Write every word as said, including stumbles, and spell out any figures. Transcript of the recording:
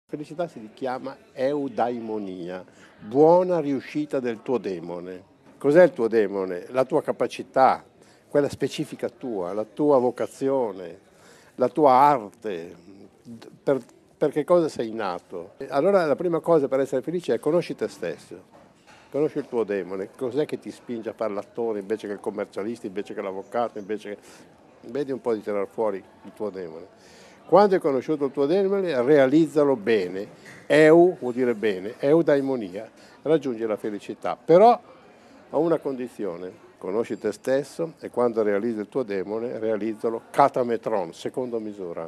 Felicità si chiama eudaimonia, buona riuscita del tuo demone. Cos'è il tuo demone? La tua capacità, quella specifica tua, la tua vocazione, la tua arte, per, per che cosa sei nato. Allora la prima cosa per essere felice è conosci te stesso, conosci il tuo demone, cos'è che ti spinge a fare l'attore invece che il commercialista, invece che l'avvocato, invece che... Vedi un po' di tirar fuori il tuo demone. Quando hai conosciuto il tuo demone, realizzalo bene. Eu vuol dire bene, eudaimonia, raggiungi la felicità. Però a una condizione, conosci te stesso e quando realizzi il tuo demone, realizzalo katametron, secondo misura.